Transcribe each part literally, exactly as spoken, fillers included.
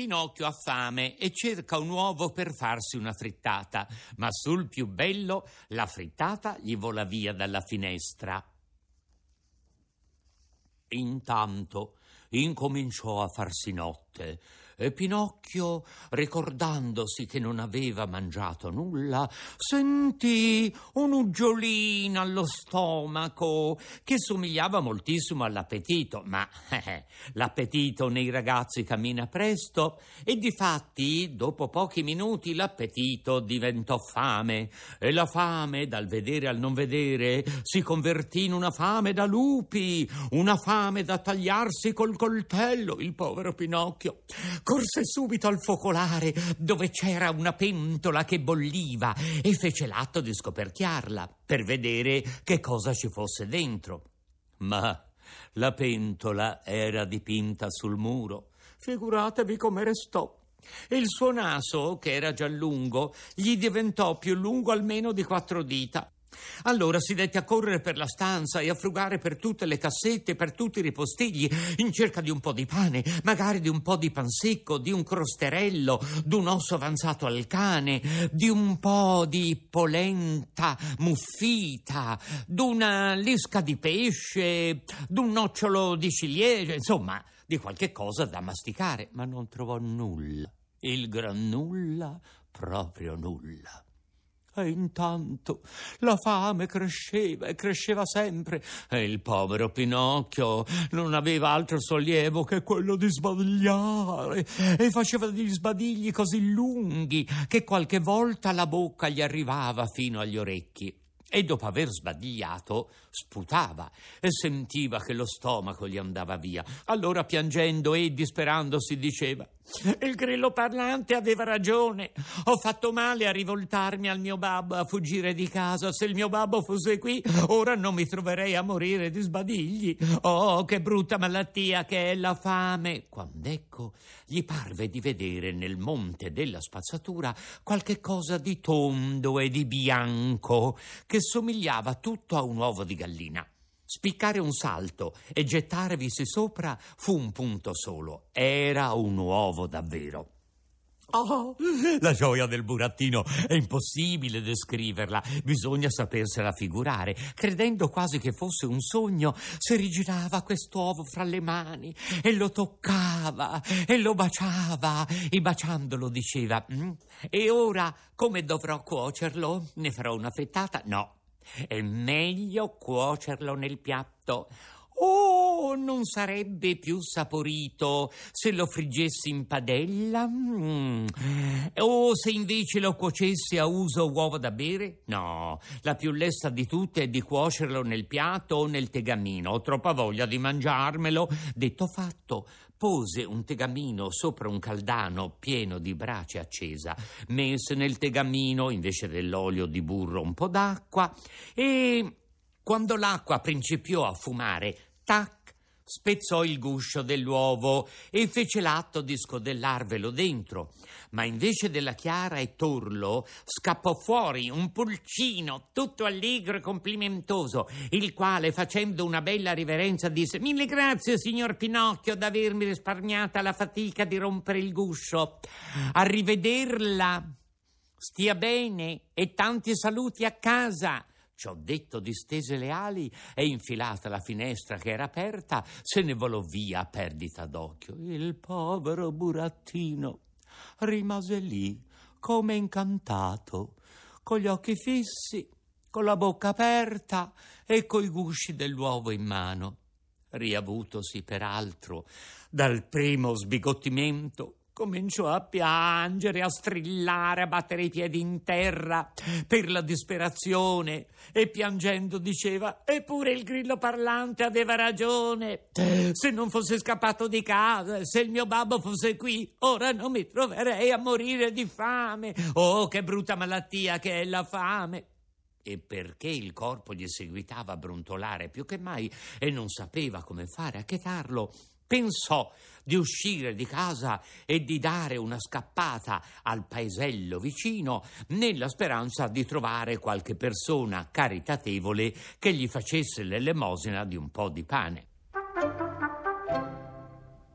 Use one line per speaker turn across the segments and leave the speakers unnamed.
Pinocchio ha fame e cerca un uovo per farsi una frittata, ma sul più bello la frittata gli vola via dalla finestra. Intanto incominciò a farsi notte e Pinocchio, ricordandosi che non aveva mangiato nulla, sentì un'uggiolina allo stomaco che somigliava moltissimo all'appetito, ma eh, l'appetito nei ragazzi cammina presto e difatti dopo pochi minuti l'appetito diventò fame e la fame dal vedere al non vedere si convertì in una fame da lupi, una fame da tagliarsi col coltello. Il povero Pinocchio corse subito al focolare dove c'era una pentola che bolliva e fece l'atto di scoperchiarla per vedere che cosa ci fosse dentro. Ma la pentola era dipinta sul muro. Figuratevi come restò. Il suo naso, che era già lungo, gli diventò più lungo almeno di quattro dita. Allora si dette a correre per la stanza e a frugare per tutte le cassette, per tutti i ripostigli, in cerca di un po' di pane, magari di un po' di pan secco, di un crosterello, d'un osso avanzato al cane, di un po' di polenta muffita, d'una lisca di pesce, d'un nocciolo di ciliegie, insomma, di qualche cosa da masticare, ma non trovò nulla. Il gran nulla, proprio nulla. E intanto la fame cresceva e cresceva sempre e il povero Pinocchio non aveva altro sollievo che quello di sbadigliare e faceva degli sbadigli così lunghi che qualche volta la bocca gli arrivava fino agli orecchi. E dopo aver sbadigliato sputava e sentiva che lo stomaco gli andava via. Allora piangendo e disperandosi diceva: il grillo parlante aveva ragione, ho fatto male a rivoltarmi al mio babbo, a fuggire di casa. Se il mio babbo fosse qui ora non mi troverei a morire di sbadigli. Oh, che brutta malattia che è la fame. Quand'ecco gli parve di vedere nel monte della spazzatura qualche cosa di tondo e di bianco che somigliava tutto a un uovo di gallina. Spiccare un salto e gettarvisi sopra fu un punto solo. Era un uovo davvero. Oh, la gioia del burattino è impossibile descriverla, bisogna sapersela figurare. Credendo quasi che fosse un sogno, si rigirava quest'uovo fra le mani e lo toccava e lo baciava e baciandolo diceva: mm, e ora come dovrò cuocerlo? Ne farò una frittata? No, è meglio cuocerlo nel piatto. Oh, non sarebbe più saporito se lo friggessi in padella? Mm. O se invece lo cuocessi a uso uovo da bere? No, la più lesta di tutte è di cuocerlo nel piatto o nel tegamino. Ho troppa voglia di mangiarmelo. Detto fatto, pose un tegamino sopra un caldano pieno di brace accesa, mise nel tegamino invece dell'olio di burro un po' d'acqua e quando l'acqua principiò a fumare, tac, spezzò il guscio dell'uovo e fece l'atto di scodellarvelo dentro, ma invece della chiara e torlo scappò fuori un pulcino tutto allegro e complimentoso, il quale, facendo una bella riverenza, disse: mille grazie, signor Pinocchio, d'avermi risparmiata la fatica di rompere il guscio. Arrivederla, stia bene e tanti saluti a casa. Ciò detto, distese le ali e, infilata la finestra che era aperta, se ne volò via a perdita d'occhio. Il povero burattino rimase lì come incantato, con gli occhi fissi, con la bocca aperta e coi gusci dell'uovo in mano. Riavutosi peraltro dal primo sbigottimento, cominciò a piangere, a strillare, a battere i piedi in terra per la disperazione e piangendo diceva: eppure il grillo parlante aveva ragione, se non fosse scappato di casa, se il mio babbo fosse qui, ora non mi troverei a morire di fame. Oh, che brutta malattia che è la fame. E perché il corpo gli seguitava a brontolare più che mai e non sapeva come fare a chetarlo, pensò di uscire di casa e di dare una scappata al paesello vicino nella speranza di trovare qualche persona caritatevole che gli facesse l'elemosina di un po' di pane.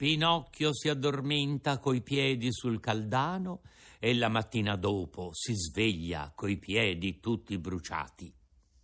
Pinocchio si addormenta coi piedi sul caldano e la mattina dopo si sveglia coi piedi tutti bruciati.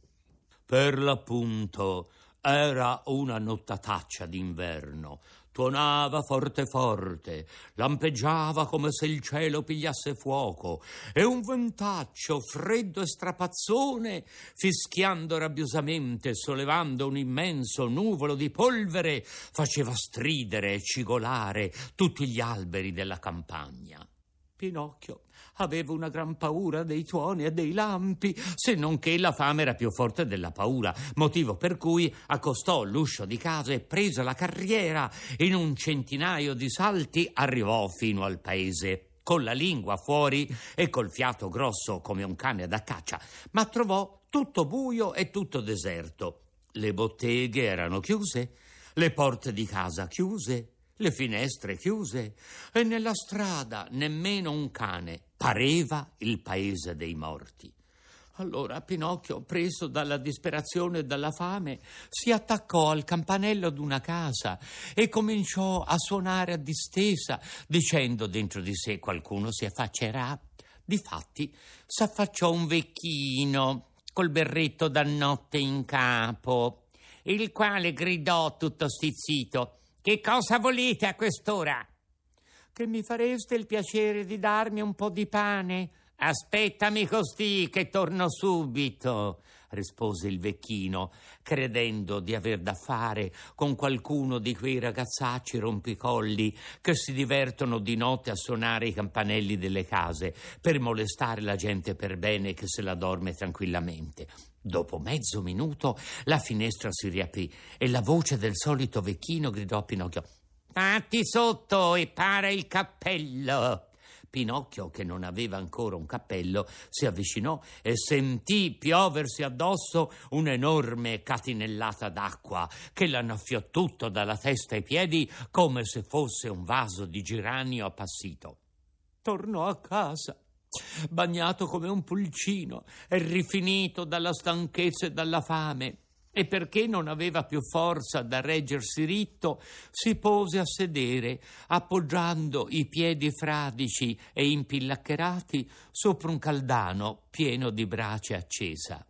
Per l'appunto era una nottataccia d'inverno. Tuonava forte forte, lampeggiava come se il cielo pigliasse fuoco e un ventaccio freddo e strapazzone, fischiando rabbiosamente, sollevando un immenso nuvolo di polvere, faceva stridere e cigolare tutti gli alberi della campagna. Pinocchio aveva una gran paura dei tuoni e dei lampi, se non che la fame era più forte della paura, motivo per cui accostò l'uscio di casa e, presa la carriera, in un centinaio di salti arrivò fino al paese, con la lingua fuori e col fiato grosso come un cane da caccia, ma trovò tutto buio e tutto deserto. Le botteghe erano chiuse, le porte di casa chiuse, le finestre chiuse e nella strada nemmeno un cane. Pareva il paese dei morti. Allora Pinocchio, preso dalla disperazione e dalla fame, si attaccò al campanello d'una casa e cominciò a suonare a distesa, dicendo dentro di sé: qualcuno si affaccerà. Difatti s'affacciò un vecchino col berretto da notte in capo, il quale gridò tutto stizzito: «Che cosa volete a quest'ora?» «Che mi fareste il piacere di darmi un po' di pane?» «Aspettami costì che torno subito», rispose il vecchino, credendo di aver da fare con qualcuno di quei ragazzacci rompicolli che si divertono di notte a suonare i campanelli delle case per molestare la gente per bene che se la dorme tranquillamente. Dopo mezzo minuto la finestra si riaprì e la voce del solito vecchino gridò a Pinocchio: «Fatti sotto e para il cappello!» Pinocchio, che non aveva ancora un cappello, si avvicinò e sentì pioversi addosso un'enorme catinellata d'acqua che l'annaffiò tutto dalla testa ai piedi come se fosse un vaso di geranio appassito. Tornò a casa, bagnato come un pulcino e rifinito dalla stanchezza e dalla fame, e perché non aveva più forza da reggersi ritto, si pose a sedere, appoggiando i piedi fradici e impillaccherati sopra un caldano pieno di brace accesa.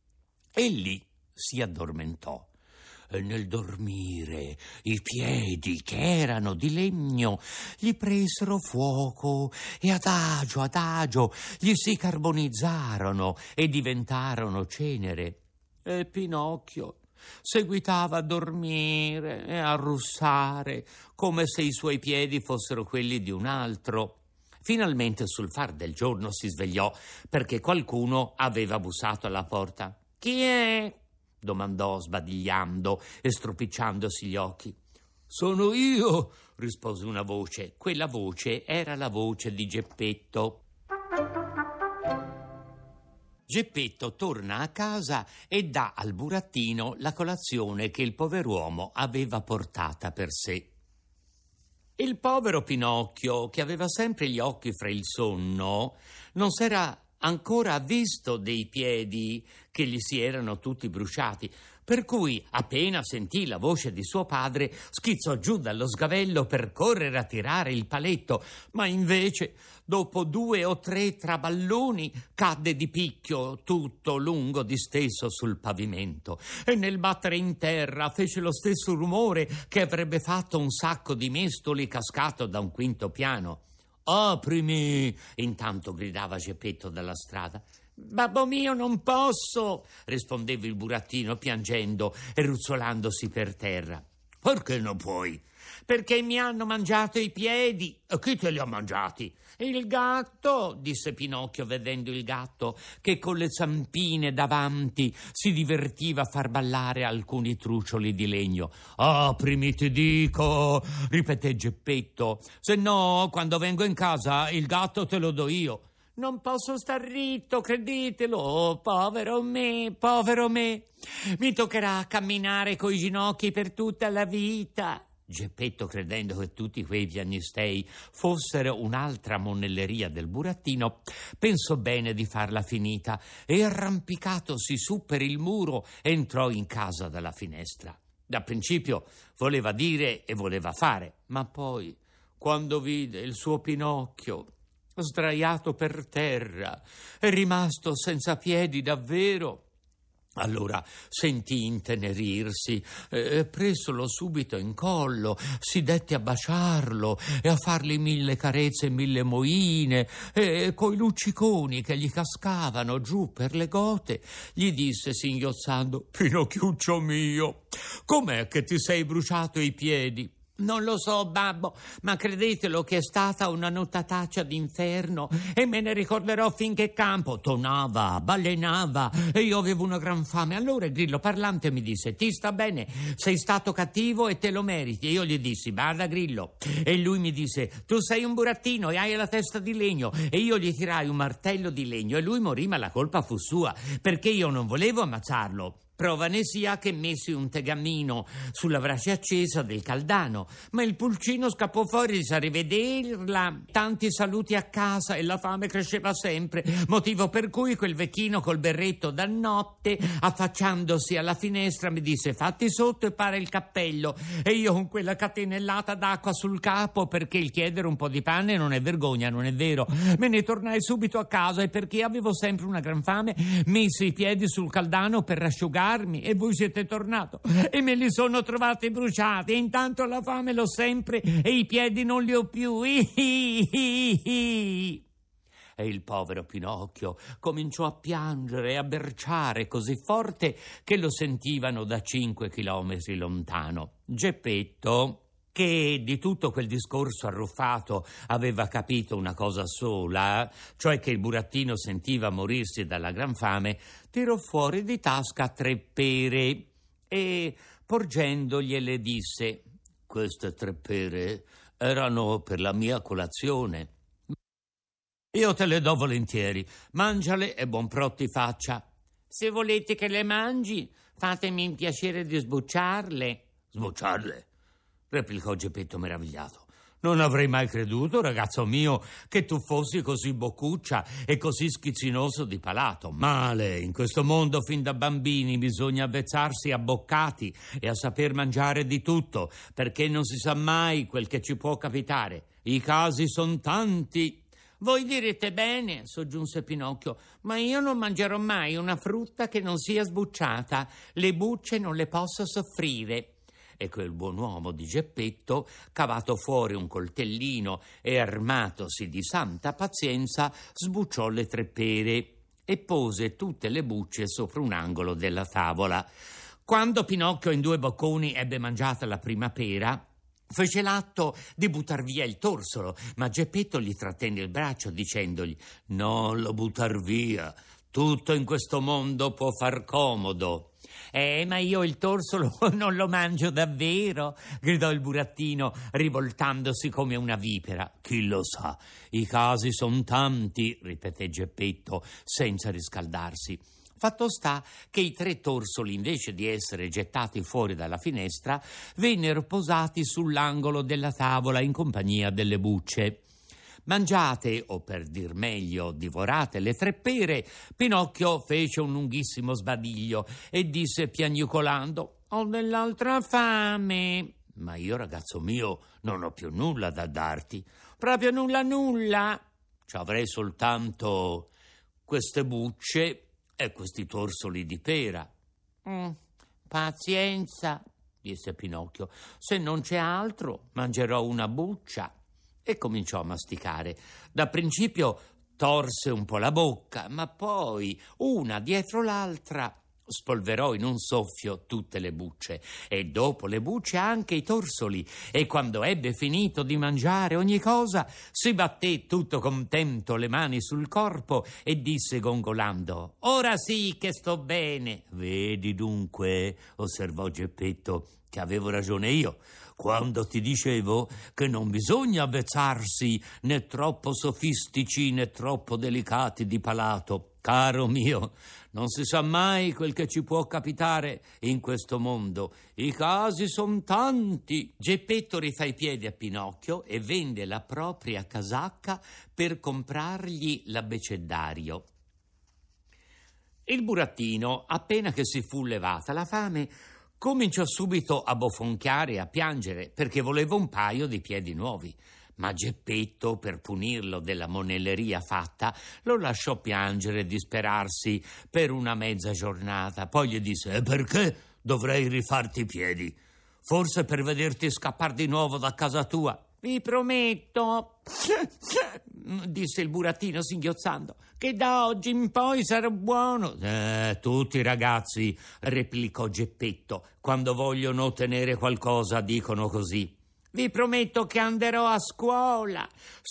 E lì si addormentò. E nel dormire i piedi, che erano di legno, gli presero fuoco e adagio adagio gli si carbonizzarono e diventarono cenere. E Pinocchio seguitava a dormire e a russare come se i suoi piedi fossero quelli di un altro. Finalmente, sul far del giorno, si svegliò perché qualcuno aveva bussato alla porta. «Chi è?» domandò sbadigliando e stropicciandosi gli occhi. «Sono io», rispose una voce. Quella voce era la voce di Geppetto. Geppetto torna a casa e dà al burattino la colazione che il pover'uomo aveva portata per sé. Il povero Pinocchio, che aveva sempre gli occhi fra il sonno, non s'era ancora visto dei piedi che gli si erano tutti bruciati, per cui appena sentì la voce di suo padre schizzò giù dallo sgabello per correre a tirare il paletto, ma invece dopo due o tre traballoni cadde di picchio tutto lungo disteso sul pavimento e nel battere in terra fece lo stesso rumore che avrebbe fatto un sacco di mestoli cascato da un quinto piano. «Aprimi!» intanto gridava Geppetto dalla strada. «Babbo mio, non posso!» rispondeva il burattino piangendo e ruzzolandosi per terra. «Perché non puoi?» «Perché mi hanno mangiato i piedi!» «E chi te li ha mangiati?» «Il gatto!» disse Pinocchio, vedendo il gatto che con le zampine davanti si divertiva a far ballare alcuni trucioli di legno. «Aprimi, ti dico!» ripeté Geppetto. «Se no, quando vengo in casa, il gatto te lo do io!» «Non posso star ritto, credetelo, oh, povero me, povero me. Mi toccherà camminare coi ginocchi per tutta la vita». Geppetto, credendo che tutti quei piagnistei fossero un'altra monelleria del burattino, pensò bene di farla finita e, arrampicatosi su per il muro, entrò in casa dalla finestra. Da principio voleva dire e voleva fare, ma poi, quando vide il suo Pinocchio sdraiato per terra e rimasto senza piedi davvero, allora sentì intenerirsi, eh, presolo subito in collo, si dette a baciarlo e a fargli mille carezze e mille moine, e coi lucciconi che gli cascavano giù per le gote gli disse singhiozzando: Pinocchiuccio mio, com'è che ti sei bruciato i piedi? Non lo so, babbo, ma credetelo che è stata una notataccia d'inferno e me ne ricorderò finché campo. Tonava, balenava e io avevo una gran fame. Allora il grillo parlante mi disse: ti sta bene, sei stato cattivo e te lo meriti. E io gli dissi: bada grillo. E lui mi disse: tu sei un burattino e hai la testa di legno. E io gli tirai un martello di legno e lui morì, ma la colpa fu sua, perché io non volevo ammazzarlo. Prova ne sia che messi un tegamino sulla brace accesa del caldano, ma il pulcino scappò fuori di rivederla. Tanti saluti a casa e la fame cresceva sempre, motivo per cui quel vecchino col berretto da notte, affacciandosi alla finestra, mi disse: fatti sotto e para il cappello. E io con quella catenellata d'acqua sul capo, perché il chiedere un po' di pane non è vergogna, non è vero, me ne tornai subito a casa, e perché avevo sempre una gran fame messi i piedi sul caldano per asciugare, e voi siete tornato e me li sono trovati bruciati, e intanto la fame l'ho sempre e i piedi non li ho più. E il povero Pinocchio cominciò a piangere e a berciare così forte che lo sentivano da cinque chilometri lontano. Geppetto, che di tutto quel discorso arruffato aveva capito una cosa sola, cioè che il burattino sentiva morirsi dalla gran fame, tirò fuori di tasca tre pere e, porgendogliele, disse: queste tre pere erano per la mia colazione. Io te le do volentieri, mangiale e buon pro ti faccia. Se volete che le mangi, fatemi il piacere di sbucciarle. Sbucciarle? Replicò Geppetto meravigliato. Non avrei mai creduto, ragazzo mio, che tu fossi così boccuccia e così schizzinoso di palato. Male, in questo mondo fin da bambini bisogna avvezzarsi a boccati e a saper mangiare di tutto, perché non si sa mai quel che ci può capitare. I casi son tanti. Voi direte bene, soggiunse Pinocchio, ma io non mangerò mai una frutta che non sia sbucciata. Le bucce non le posso soffrire. E quel buon uomo di Geppetto, cavato fuori un coltellino e armatosi di santa pazienza, sbucciò le tre pere e pose tutte le bucce sopra un angolo della tavola. Quando Pinocchio in due bocconi ebbe mangiata la prima pera, fece l'atto di buttar via il torsolo, ma Geppetto gli trattenne il braccio dicendogli: non lo buttar via, tutto in questo mondo può far comodo. Eh, ma io il torsolo non lo mangio davvero, gridò il burattino, rivoltandosi come una vipera. Chi lo sa, i casi son tanti, ripeté Geppetto, senza riscaldarsi. Fatto sta che i tre torsoli, invece di essere gettati fuori dalla finestra, vennero posati sull'angolo della tavola in compagnia delle bucce. Mangiate, o per dir meglio, divorate le tre pere, Pinocchio fece un lunghissimo sbadiglio e disse piagnucolando: ho dell'altra fame. Ma io, ragazzo mio, non ho più nulla da darti. Proprio nulla nulla. Ci avrei soltanto queste bucce e questi torsoli di pera. Mm, pazienza, disse Pinocchio, se non c'è altro mangerò una buccia. E cominciò a masticare. Da principio torse un po' la bocca, ma poi, una dietro l'altra, spolverò in un soffio tutte le bucce e dopo le bucce anche i torsoli, e quando ebbe finito di mangiare ogni cosa si batté tutto contento le mani sul corpo e disse gongolando: ora sì che sto bene. Vedi dunque, osservò Geppetto, che avevo ragione io quando ti dicevo che non bisogna avvezzarsi né troppo sofistici né troppo delicati di palato. Caro mio, non si sa mai quel che ci può capitare in questo mondo. I casi son tanti. Geppetto rifà i piedi a Pinocchio e vende la propria casacca per comprargli l'abbecedario. Il burattino, appena che si fu levata la fame, Cominciò subito a bofonchiare e a piangere perché voleva un paio di piedi nuovi. Ma Geppetto, per punirlo della monelleria fatta, lo lasciò piangere e disperarsi per una mezza giornata. Poi gli disse: e perché dovrei rifarti i piedi? Forse per vederti scappare di nuovo da casa tua. Vi prometto, disse il burattino singhiozzando, che da oggi in poi sarò buono. Eh, tutti i ragazzi, replicò Geppetto, quando vogliono ottenere qualcosa dicono così. Vi prometto che anderò a scuola,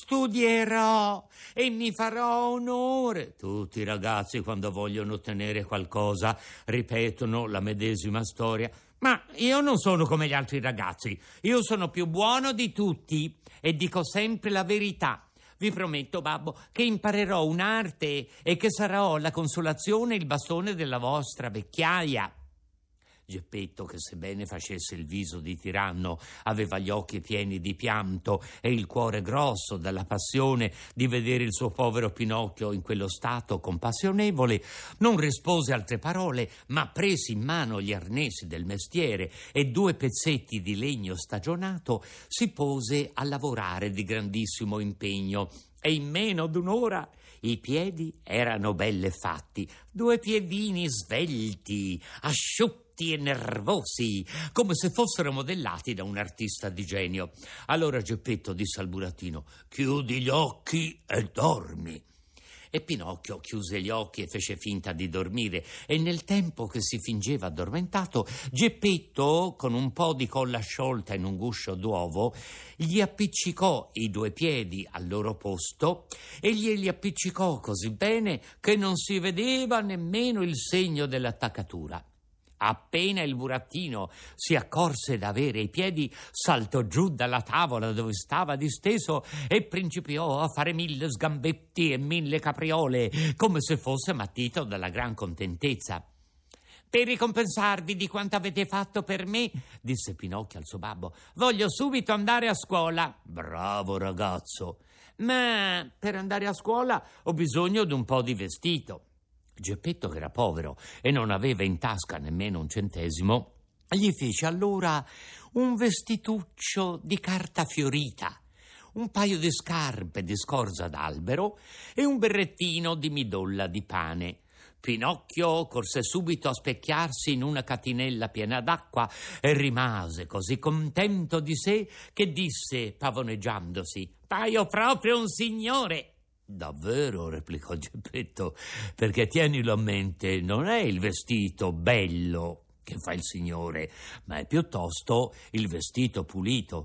studierò e mi farò onore. Tutti i ragazzi, quando vogliono ottenere qualcosa, ripetono la medesima storia. Ma io non sono come gli altri ragazzi. Io sono più buono di tutti e dico sempre la verità. Vi prometto, babbo, che imparerò un'arte e che sarò la consolazione e il bastone della vostra vecchiaia. Geppetto, che sebbene facesse il viso di tiranno, aveva gli occhi pieni di pianto e il cuore grosso dalla passione di vedere il suo povero Pinocchio in quello stato compassionevole, non rispose altre parole, ma prese in mano gli arnesi del mestiere e due pezzetti di legno stagionato, si pose a lavorare di grandissimo impegno. E in meno d'un'ora i piedi erano belle fatti, due piedini svelti, asciutti e nervosi, come se fossero modellati da un artista di genio. Allora Geppetto disse al burattino: chiudi gli occhi e dormi. E Pinocchio chiuse gli occhi e fece finta di dormire, e nel tempo che si fingeva addormentato, Geppetto, con un po' di colla sciolta in un guscio d'uovo, gli appiccicò i due piedi al loro posto e glieli appiccicò così bene che non si vedeva nemmeno il segno dell'attaccatura. Appena il burattino si accorse d'avere i piedi, saltò giù dalla tavola dove stava disteso e principiò a fare mille sgambetti e mille capriole, come se fosse mattito dalla gran contentezza. Per ricompensarvi di quanto avete fatto per me, disse Pinocchio al suo babbo, voglio subito andare a scuola. Bravo ragazzo, ma per andare a scuola ho bisogno di un po' di vestito. Geppetto, che era povero e non aveva in tasca nemmeno un centesimo, gli fece allora un vestituccio di carta fiorita, un paio di scarpe di scorza d'albero e un berrettino di midolla di pane. Pinocchio corse subito a specchiarsi in una catinella piena d'acqua e rimase così contento di sé che disse, pavoneggiandosi: paio proprio un signore. Davvero, replicò Geppetto, perché tienilo a mente, non è il vestito bello che fa il signore, ma è piuttosto il vestito pulito.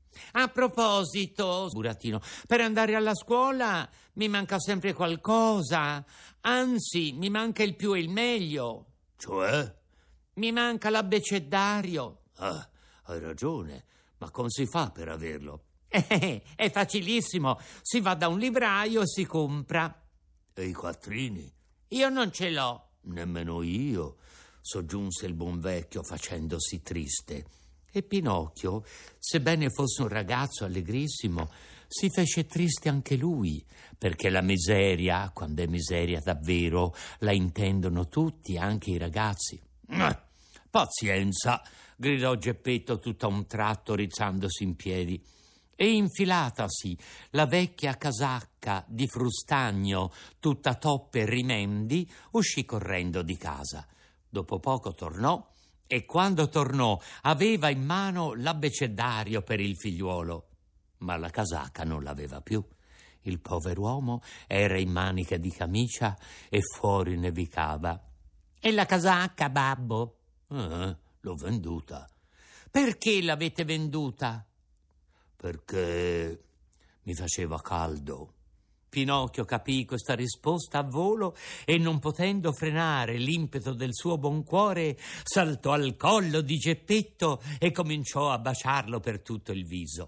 A proposito, burattino, per andare alla scuola mi manca sempre qualcosa, anzi mi manca il più e il meglio. Cioè? Mi manca l'abbecedario. Ah, hai ragione, ma come si fa per averlo? Eh, è facilissimo, si va da un libraio e si compra. E i quattrini? Io non ce l'ho. Nemmeno io, soggiunse il buon vecchio facendosi triste. E Pinocchio, sebbene fosse un ragazzo allegrissimo, si fece triste anche lui, perché la miseria, quando è miseria davvero, la intendono tutti, anche i ragazzi. Eh, pazienza, gridò Geppetto tutto a un tratto, rizzandosi in piedi. E infilatasi la vecchia casacca di frustagno tutta toppe e rimendi, uscì correndo di casa. Dopo poco tornò e quando tornò aveva in mano l'abbecedario per il figliuolo, ma la casacca non l'aveva più. Il pover'uomo era in manica di camicia e fuori nevicava. E la casacca, babbo? Eh, l'ho venduta. Perché l'avete venduta? Perché mi faceva caldo. Pinocchio capì questa risposta a volo e, non potendo frenare l'impeto del suo buon cuore, saltò al collo di Geppetto e cominciò a baciarlo per tutto il viso.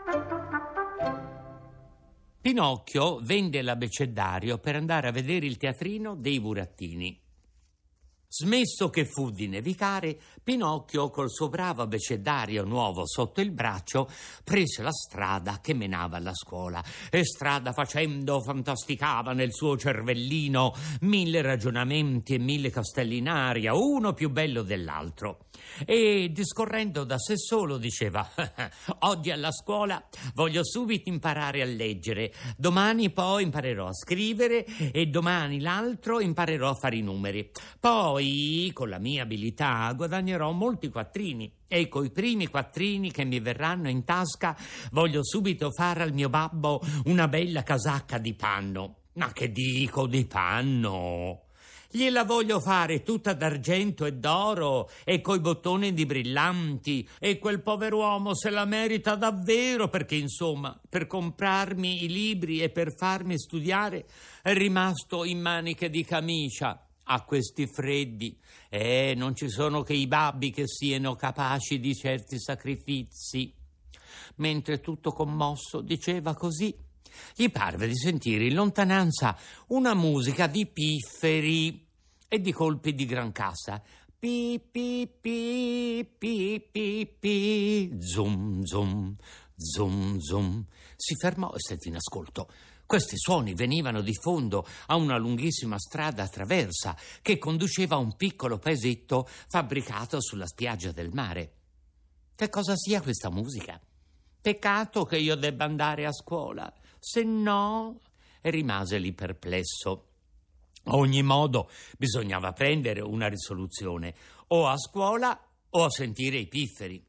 Pinocchio vende l'abbecedario per andare a vedere il teatrino dei burattini. Smesso che fu di nevicare, Pinocchio, col suo bravo abecedario nuovo sotto il braccio, prese la strada che menava alla scuola e strada facendo fantasticava nel suo cervellino mille ragionamenti e mille castelli in aria, uno più bello dell'altro. E discorrendo da sé solo diceva: oggi alla scuola voglio subito imparare a leggere, domani poi imparerò a scrivere e domani l'altro imparerò a fare i numeri. Poi, con la mia abilità, guadagnerò molti quattrini e coi primi quattrini che mi verranno in tasca voglio subito fare al mio babbo una bella casacca di panno. Ma che dico di panno? Gliela voglio fare tutta d'argento e d'oro e coi bottoni di brillanti, e quel pover'uomo se la merita davvero, perché insomma per comprarmi i libri e per farmi studiare è rimasto in maniche di camicia. A questi freddi, eh, non ci sono che i babbi che siano capaci di certi sacrifici. Mentre tutto commosso diceva così, gli parve di sentire in lontananza una musica di pifferi e di colpi di grancassa. Pi pi pi pi pi pi, zum zum, zum zum. Si fermò e stette in ascolto. Questi suoni venivano di fondo a una lunghissima strada a traversa che conduceva a un piccolo paesetto fabbricato sulla spiaggia del mare. Che cosa sia questa musica? Peccato che io debba andare a scuola, se no... E rimase lì perplesso. A ogni modo bisognava prendere una risoluzione, o a scuola o a sentire i pifferi.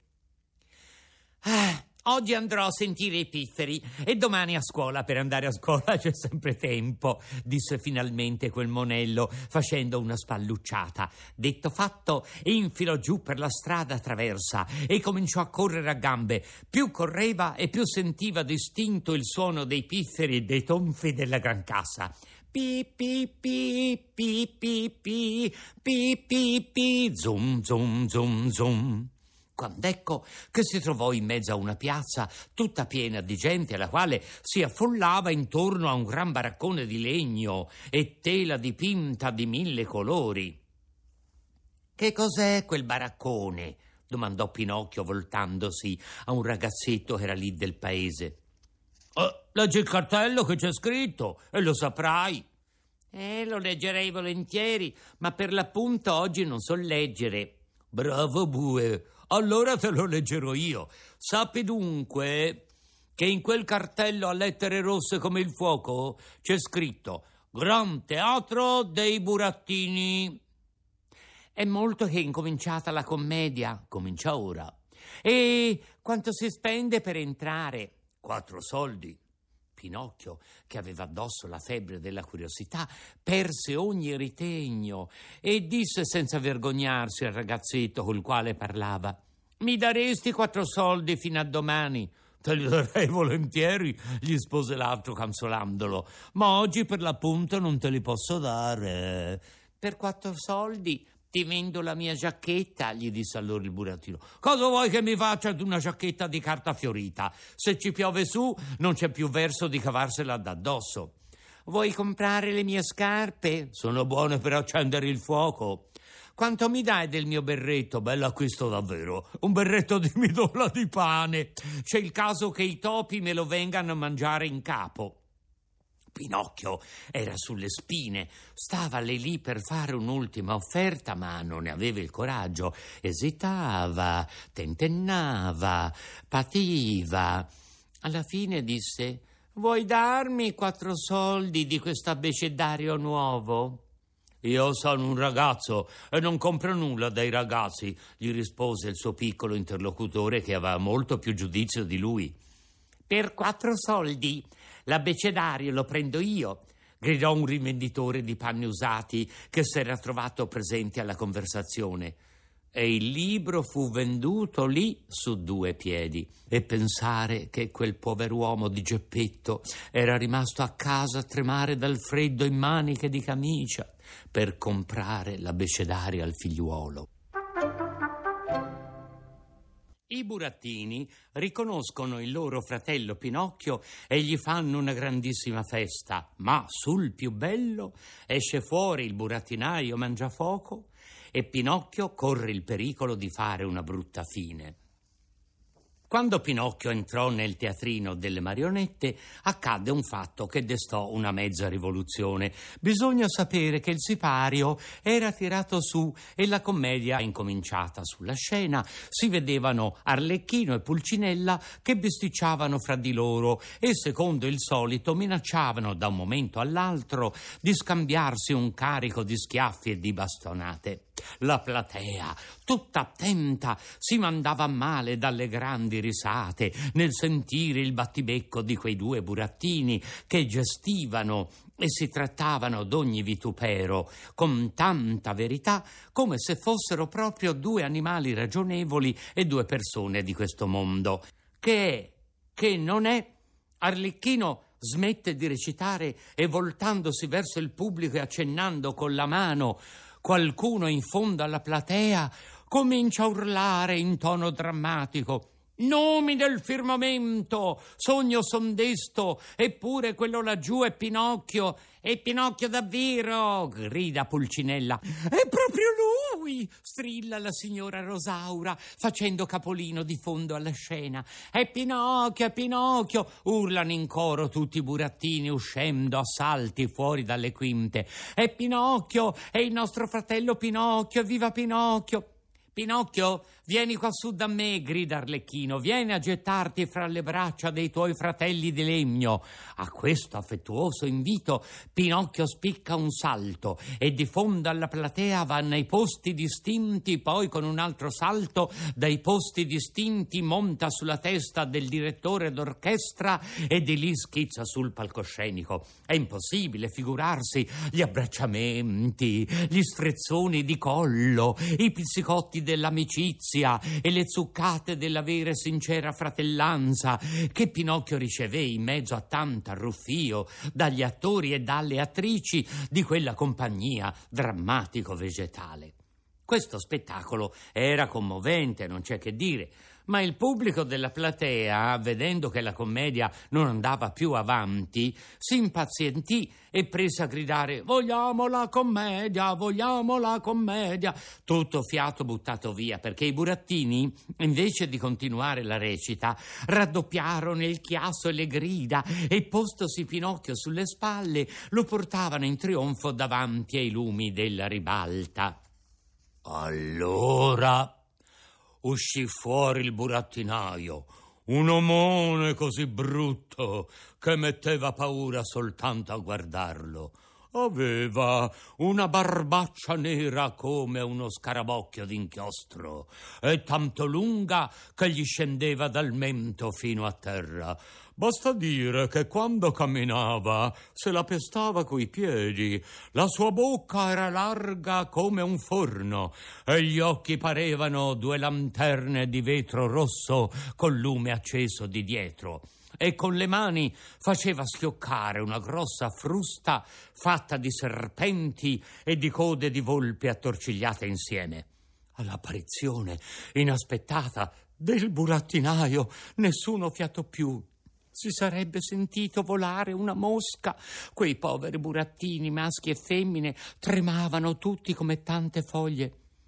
Ah... Oggi andrò a sentire i pifferi e domani a scuola. Per andare a scuola c'è sempre tempo, disse finalmente quel monello, facendo una spallucciata. Detto fatto, infilò giù per la strada traversa e cominciò a correre a gambe. Più correva e più sentiva distinto il suono dei pifferi e dei tonfi della grancassa. Pi pi pi pi pi pi pi pi pi, zum zum zum zum. Quand'ecco che si trovò in mezzo a una piazza tutta piena di gente, la quale si affollava intorno a un gran baraccone di legno e tela dipinta di mille colori. «Che cos'è quel baraccone?» domandò Pinocchio voltandosi a un ragazzetto che era lì del paese. Oh, leggi il cartello che c'è scritto e lo saprai. Eh, lo leggerei volentieri, ma per l'appunto oggi non so leggere. Bravo bue, allora te lo leggerò io. Sappi dunque che in quel cartello a lettere rosse come il fuoco c'è scritto Gran Teatro dei Burattini. È molto che è incominciata la commedia, comincia ora. E quanto si spende per entrare? Quattro soldi. Pinocchio, che aveva addosso la febbre della curiosità, perse ogni ritegno e disse senza vergognarsi al ragazzetto col quale parlava: «Mi daresti quattro soldi fino a domani?» «Te li darei volentieri», gli rispose l'altro canzolandolo, «ma oggi per l'appunto non te li posso dare». «Per quattro soldi ti vendo la mia giacchetta», gli disse allora il burattino. «Cosa vuoi che mi faccia di una giacchetta di carta fiorita? Se ci piove su non c'è più verso di cavarsela d'addosso». «Vuoi comprare le mie scarpe? Sono buone per accendere il fuoco». «Quanto mi dai del mio berretto?» «Bell'acquisto davvero, un berretto di midolla di pane. C'è il caso che i topi me lo vengano a mangiare in capo». Pinocchio era sulle spine, stava lì lì per fare un'ultima offerta, ma non ne aveva il coraggio. Esitava, tentennava, pativa. Alla fine disse: «Vuoi darmi quattro soldi di questo abbecedario nuovo?» «Io sono un ragazzo e non compro nulla dai ragazzi», gli rispose il suo piccolo interlocutore, che aveva molto più giudizio di lui. «Per quattro soldi l'abbecedario lo prendo io», gridò un rivenditore di panni usati che si era trovato presente alla conversazione. E il libro fu venduto lì su due piedi. E pensare che quel pover'uomo di Geppetto era rimasto a casa a tremare dal freddo in maniche di camicia per comprare l'abbecedario al figliuolo. I burattini riconoscono il loro fratello Pinocchio e gli fanno una grandissima festa, ma sul più bello esce fuori il burattinaio Mangiafoco e Pinocchio corre il pericolo di fare una brutta fine. Quando Pinocchio entrò nel teatrino delle marionette, accadde un fatto che destò una mezza rivoluzione. Bisogna sapere che il sipario era tirato su e la commedia incominciata sulla scena. Si vedevano Arlecchino e Pulcinella che bisticciavano fra di loro e, secondo il solito, minacciavano da un momento all'altro di scambiarsi un carico di schiaffi e di bastonate. La platea, tutta attenta, si mandava male dalle grandi risate nel sentire il battibecco di quei due burattini che gestivano e si trattavano d'ogni vitupero con tanta verità come se fossero proprio due animali ragionevoli e due persone di questo mondo. Che è, che non è. Arlecchino smette di recitare e, voltandosi verso il pubblico e accennando con la mano qualcuno in fondo alla platea, comincia a urlare in tono drammatico: «Nomi del firmamento, sogno son desto, eppure quello laggiù è Pinocchio». «È Pinocchio davvero!» grida Pulcinella. «È proprio lui!» strilla la signora Rosaura, facendo capolino di fondo alla scena. «È Pinocchio, è Pinocchio!» urlano in coro tutti i burattini, uscendo a salti fuori dalle quinte. «È Pinocchio, è il nostro fratello Pinocchio, viva Pinocchio!» «Pinocchio, vieni quassù da me», grida Arlecchino, «vieni a gettarti fra le braccia dei tuoi fratelli di legno». A questo affettuoso invito Pinocchio spicca un salto e di fondo alla platea va nei posti distinti, poi con un altro salto dai posti distinti monta sulla testa del direttore d'orchestra e di lì schizza sul palcoscenico. È impossibile figurarsi gli abbracciamenti, gli strizzoni di collo, i pizzicotti dell'amicizia e le zuccate della vera e sincera fratellanza che Pinocchio ricevé in mezzo a tanta arruffio dagli attori e dalle attrici di quella compagnia drammatico-vegetale. Questo spettacolo era commovente, non c'è che dire, ma il pubblico della platea, vedendo che la commedia non andava più avanti, si impazientì e prese a gridare: «Vogliamo la commedia, vogliamo la commedia!» Tutto fiato buttato via, perché i burattini, invece di continuare la recita, raddoppiarono il chiasso e le grida e, postosi Pinocchio sulle spalle, lo portavano in trionfo davanti ai lumi della ribalta. Allora uscì fuori il burattinaio, un omone così brutto che metteva paura soltanto a guardarlo. Aveva una barbaccia nera come uno scarabocchio d'inchiostro e tanto lunga che gli scendeva dal mento fino a terra. Basta dire che quando camminava se la pestava coi piedi, la sua bocca era larga come un forno e gli occhi parevano due lanterne di vetro rosso col lume acceso di dietro. E con le mani faceva schioccare una grossa frusta fatta di serpenti e di code di volpe attorcigliate insieme. All'apparizione inaspettata del burattinaio nessuno fiatò più. Si sarebbe sentito volare una mosca. Quei poveri burattini, maschi e femmine, tremavano tutti come tante foglie.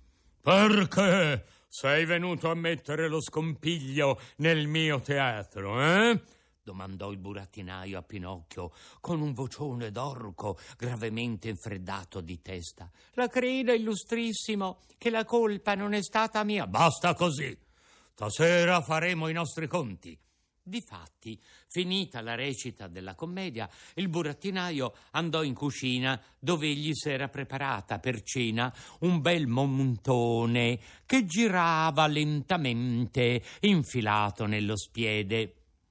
«Perché sei venuto a mettere lo scompiglio nel mio teatro, eh?» domandò il burattinaio a Pinocchio con un vocione d'orco gravemente infreddato di testa. «La creda, illustrissimo, che la colpa non è stata mia». «Basta così. Stasera faremo i nostri conti». Difatti, finita la recita della commedia, il burattinaio andò in cucina dove egli s'era preparata per cena un bel montone che girava lentamente infilato nello spiede.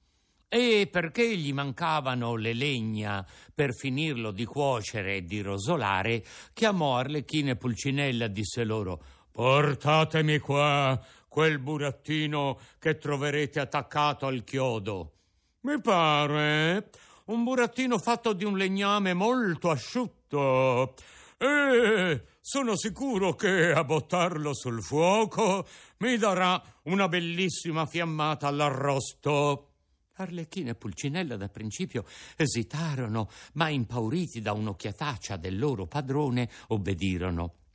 E perché gli mancavano le legna per finirlo di cuocere e di rosolare, chiamò Arlecchino e Pulcinella e disse loro: «Portatemi qua quel burattino che troverete attaccato al chiodo». «Mi pare un burattino fatto di un legname molto asciutto e sono sicuro che a buttarlo sul fuoco mi darà una bellissima fiammata all'arrosto». Arlecchino e Pulcinella da principio esitarono, ma impauriti da un'occhiataccia del loro padrone obbedirono.